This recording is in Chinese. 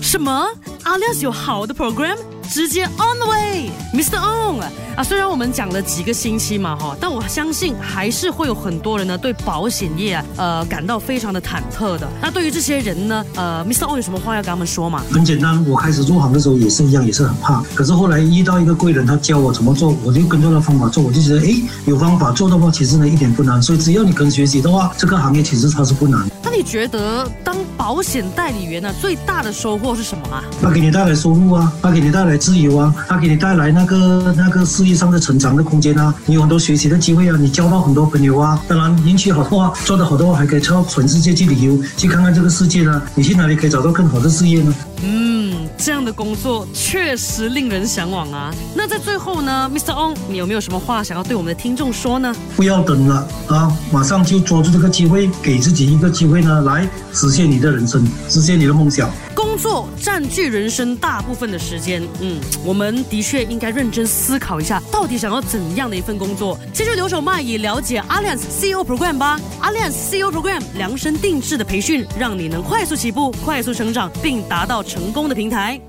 什么 Allianz 有好的 program， 直接 on the way，Mr. On 虽然我们讲了几个星期嘛但我相信还是会有很多人呢对保险业感到非常的忐忑的。那对于这些人呢Mr. On 有什么话要跟他们说吗？ 很简单，我开始入行的时候也是一样，也是很怕。可是后来遇到一个贵人，他教我怎么做，我就跟着那方法做，我就觉得有方法做的话，其实呢一点不难。所以只要你肯学习的话，这个行业其实它是不难。 那你觉得当保险代理员呢最大的收获是什么啊？ 它给你带来收入啊，它给你带来自由啊，它给你带来那个事业上的成长的空间啊，你有很多学习的机会啊，你交到很多朋友啊。当然运气好的话，做得好的话，还可以到全世界去旅游，去看看这个世界呢。你去哪里可以找到更好的事业呢？ 这样的工作确实令人向往啊。那在最后呢 Mr. On 你有没有什么话想要对我们的听众说呢？ 不要等了马上就抓住这个机会，给自己一个机会呢，来实现你的人生，实现你的梦想。 工作占据人生大部分的时间，我们的确应该认真思考一下，到底想要怎样的一份工作。先去留守麦以了解 Allianz CEO Program 吧。Allianz CEO Program 量身定制的培训，让你能快速起步、快速成长，并达到成功的平台。